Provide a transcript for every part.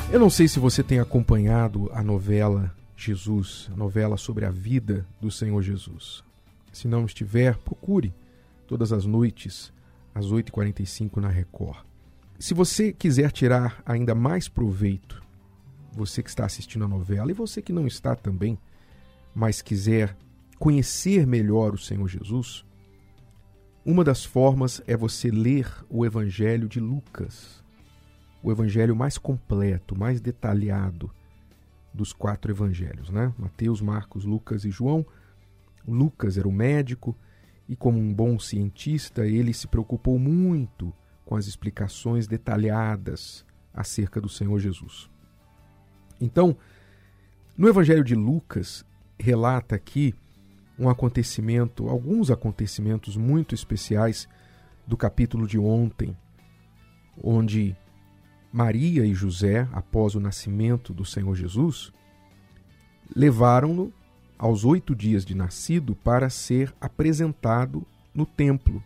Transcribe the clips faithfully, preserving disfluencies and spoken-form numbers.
Eu não sei se você tem acompanhado a novela Jesus, a novela sobre a vida do Senhor Jesus. Se não estiver, procure todas as noites, às oito e quarenta e cinco na Record. Se você quiser tirar ainda mais proveito, você que está assistindo a novela e você que não está também, mas quiser conhecer melhor o Senhor Jesus, uma das formas é você ler o Evangelho de Lucas, o evangelho mais completo, mais detalhado dos quatro evangelhos, né? Mateus, Marcos, Lucas e João. Lucas era o médico e, como um bom cientista, ele se preocupou muito com as explicações detalhadas acerca do Senhor Jesus. Então, no evangelho de Lucas, relata aqui um acontecimento, alguns acontecimentos muito especiais do capítulo de ontem, onde Maria e José, após o nascimento do Senhor Jesus, levaram-no aos oito dias de nascido para ser apresentado no templo.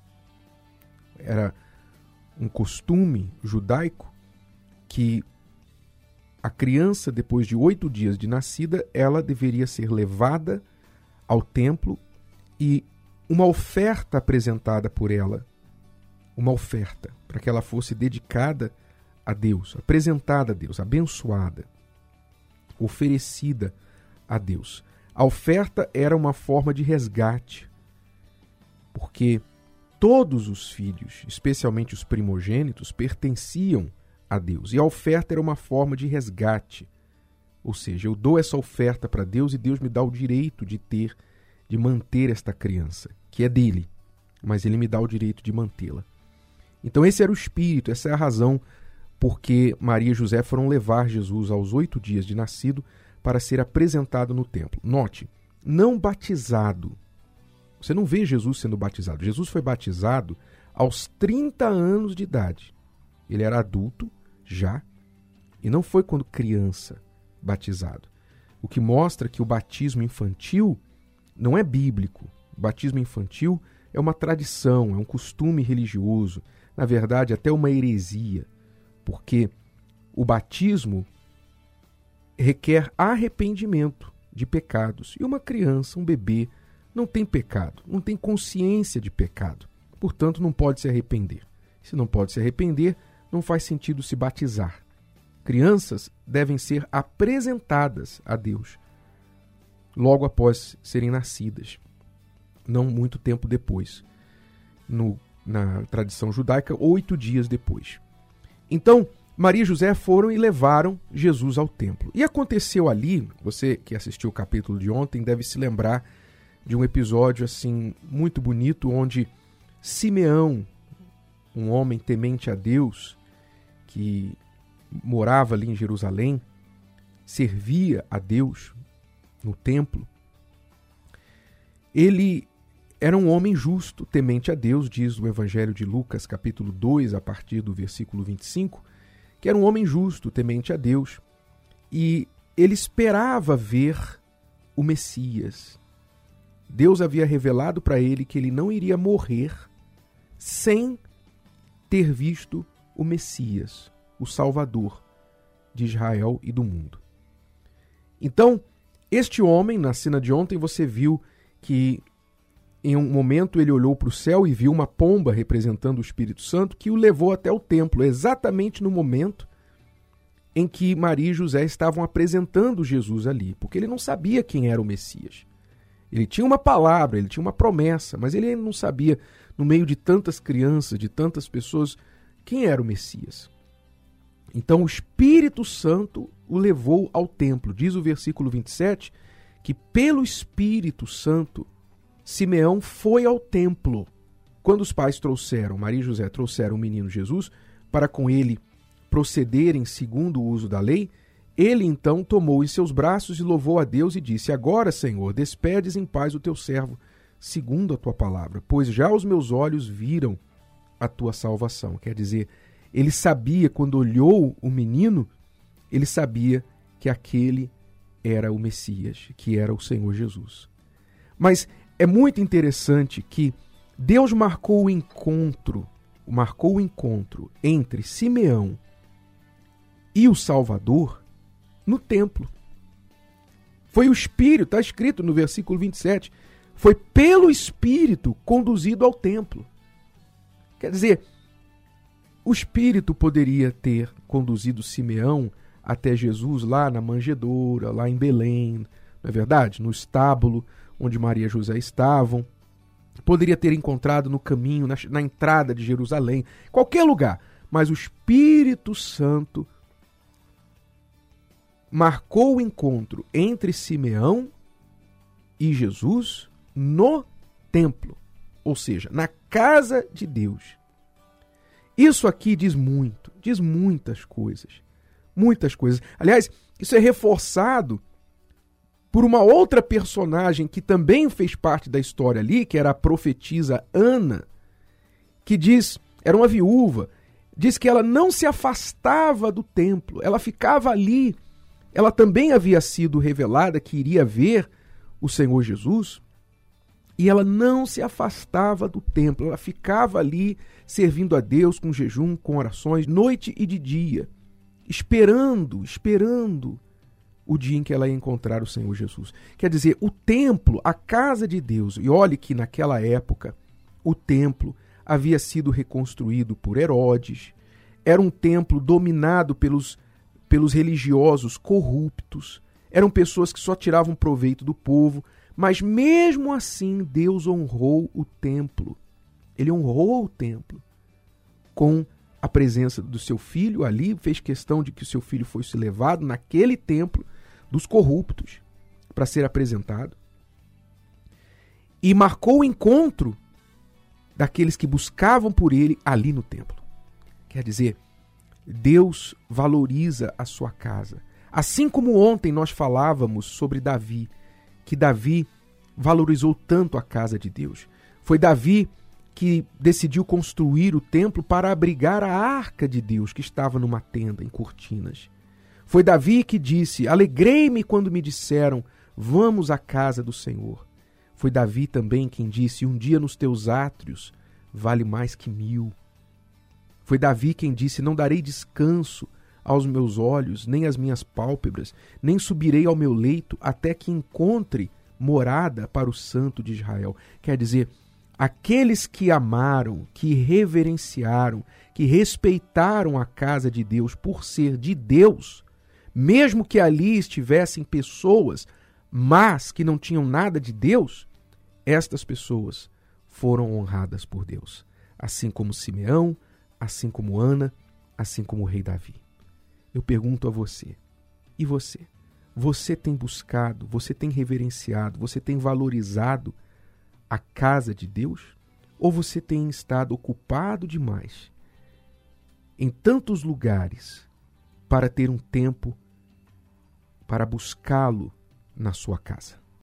Era um costume judaico que a criança, depois de oito dias de nascida, ela deveria ser levada ao templo e uma oferta apresentada por ela, uma oferta, para que ela fosse dedicada a Deus, apresentada a Deus, abençoada, oferecida a Deus. A oferta era uma forma de resgate, porque todos os filhos, especialmente os primogênitos, pertenciam a Deus. E a oferta era uma forma de resgate. Ou seja, eu dou essa oferta para Deus e Deus me dá o direito de ter, de manter esta criança, que é dele, mas ele me dá o direito de mantê-la. Então esse era o espírito, essa é a razão porque Maria e José foram levar Jesus aos oito dias de nascido para ser apresentado no templo. Note, não batizado. Você não vê Jesus sendo batizado. Jesus foi batizado aos trinta anos de idade. Ele era adulto já e não foi quando criança batizado. O que mostra que o batismo infantil não é bíblico. O batismo infantil é uma tradição, é um costume religioso. Na verdade, até uma heresia. Porque o batismo requer arrependimento de pecados. E uma criança, um bebê, não tem pecado, não tem consciência de pecado. Portanto, não pode se arrepender. Se não pode se arrepender, não faz sentido se batizar. Crianças devem ser apresentadas a Deus logo após serem nascidas, não muito tempo depois. No, na tradição judaica, oito dias depois. Então, Maria e José foram e levaram Jesus ao templo. E aconteceu ali, você que assistiu o capítulo de ontem deve se lembrar de um episódio assim muito bonito, onde Simeão, um homem temente a Deus, que morava ali em Jerusalém, servia a Deus no templo, ele era um homem justo, temente a Deus, diz o Evangelho de Lucas, capítulo dois, a partir do versículo vinte e cinco, que era um homem justo, temente a Deus, e ele esperava ver o Messias. Deus havia revelado para ele que ele não iria morrer sem ter visto o Messias, o Salvador de Israel e do mundo. Então, este homem, na cena de ontem, você viu que em um momento ele olhou para o céu e viu uma pomba representando o Espírito Santo que o levou até o templo, exatamente no momento em que Maria e José estavam apresentando Jesus ali, porque ele não sabia quem era o Messias. Ele tinha uma palavra, ele tinha uma promessa, mas ele não sabia, no meio de tantas crianças, de tantas pessoas, quem era o Messias. Então o Espírito Santo o levou ao templo. Diz o versículo vinte e sete que pelo Espírito Santo Simeão foi ao templo. Quando os pais trouxeram, Maria e José trouxeram o menino Jesus para com ele procederem segundo o uso da lei, ele então tomou em seus braços e louvou a Deus e disse: agora, Senhor, despedes em paz o teu servo, segundo a tua palavra, pois já os meus olhos viram a tua salvação. Quer dizer, ele sabia, quando olhou o menino, ele sabia que aquele era o Messias, que era o Senhor Jesus. Mas é muito interessante que Deus marcou o encontro, marcou o encontro entre Simeão e o Salvador no templo. Foi o Espírito, está escrito no versículo vinte e sete, foi pelo Espírito conduzido ao templo. Quer dizer, o Espírito poderia ter conduzido Simeão até Jesus lá na manjedoura, lá em Belém, não é verdade? No estábulo onde Maria e José estavam. Poderia ter encontrado no caminho, na, na entrada de Jerusalém, qualquer lugar. Mas o Espírito Santo marcou o encontro entre Simeão e Jesus no templo, ou seja, na casa de Deus. Isso aqui diz muito, diz muitas coisas, muitas coisas. Aliás, isso é reforçado por uma outra personagem que também fez parte da história ali, que era a profetisa Ana, que diz, era uma viúva, diz que ela não se afastava do templo, ela ficava ali. Ela também havia sido revelada que iria ver o Senhor Jesus, e ela não se afastava do templo, ela ficava ali servindo a Deus com jejum, com orações, noite e de dia, esperando, esperando o dia em que ela ia encontrar o Senhor Jesus. Quer dizer, o templo, a casa de Deus, e olhe que naquela época o templo havia sido reconstruído por Herodes, era um templo dominado pelos, pelos religiosos corruptos, eram pessoas que só tiravam proveito do povo, mas mesmo assim Deus honrou o templo. Ele honrou o templo com a presença do seu filho ali, fez questão de que o seu filho fosse levado naquele templo dos corruptos para ser apresentado. E marcou o encontro daqueles que buscavam por ele ali no templo. Quer dizer, Deus valoriza a sua casa. Assim como ontem nós falávamos sobre Davi, que Davi valorizou tanto a casa de Deus. Foi Davi que decidiu construir o templo para abrigar a arca de Deus, que estava numa tenda em cortinas. Foi Davi que disse, alegrei-me quando me disseram, vamos à casa do Senhor. Foi Davi também quem disse, um dia nos teus átrios vale mais que mil. Foi Davi quem disse, não darei descanso aos meus olhos, nem às minhas pálpebras, nem subirei ao meu leito até que encontre morada para o Santo de Israel. Quer dizer, aqueles que amaram, que reverenciaram, que respeitaram a casa de Deus por ser de Deus, mesmo que ali estivessem pessoas, mas que não tinham nada de Deus, estas pessoas foram honradas por Deus. Assim como Simeão, assim como Ana, assim como o rei Davi. Eu pergunto a você, e você? Você tem buscado, você tem reverenciado, você tem valorizado a casa de Deus? Ou você tem estado ocupado demais em tantos lugares para ter um tempo para buscá-lo na sua casa?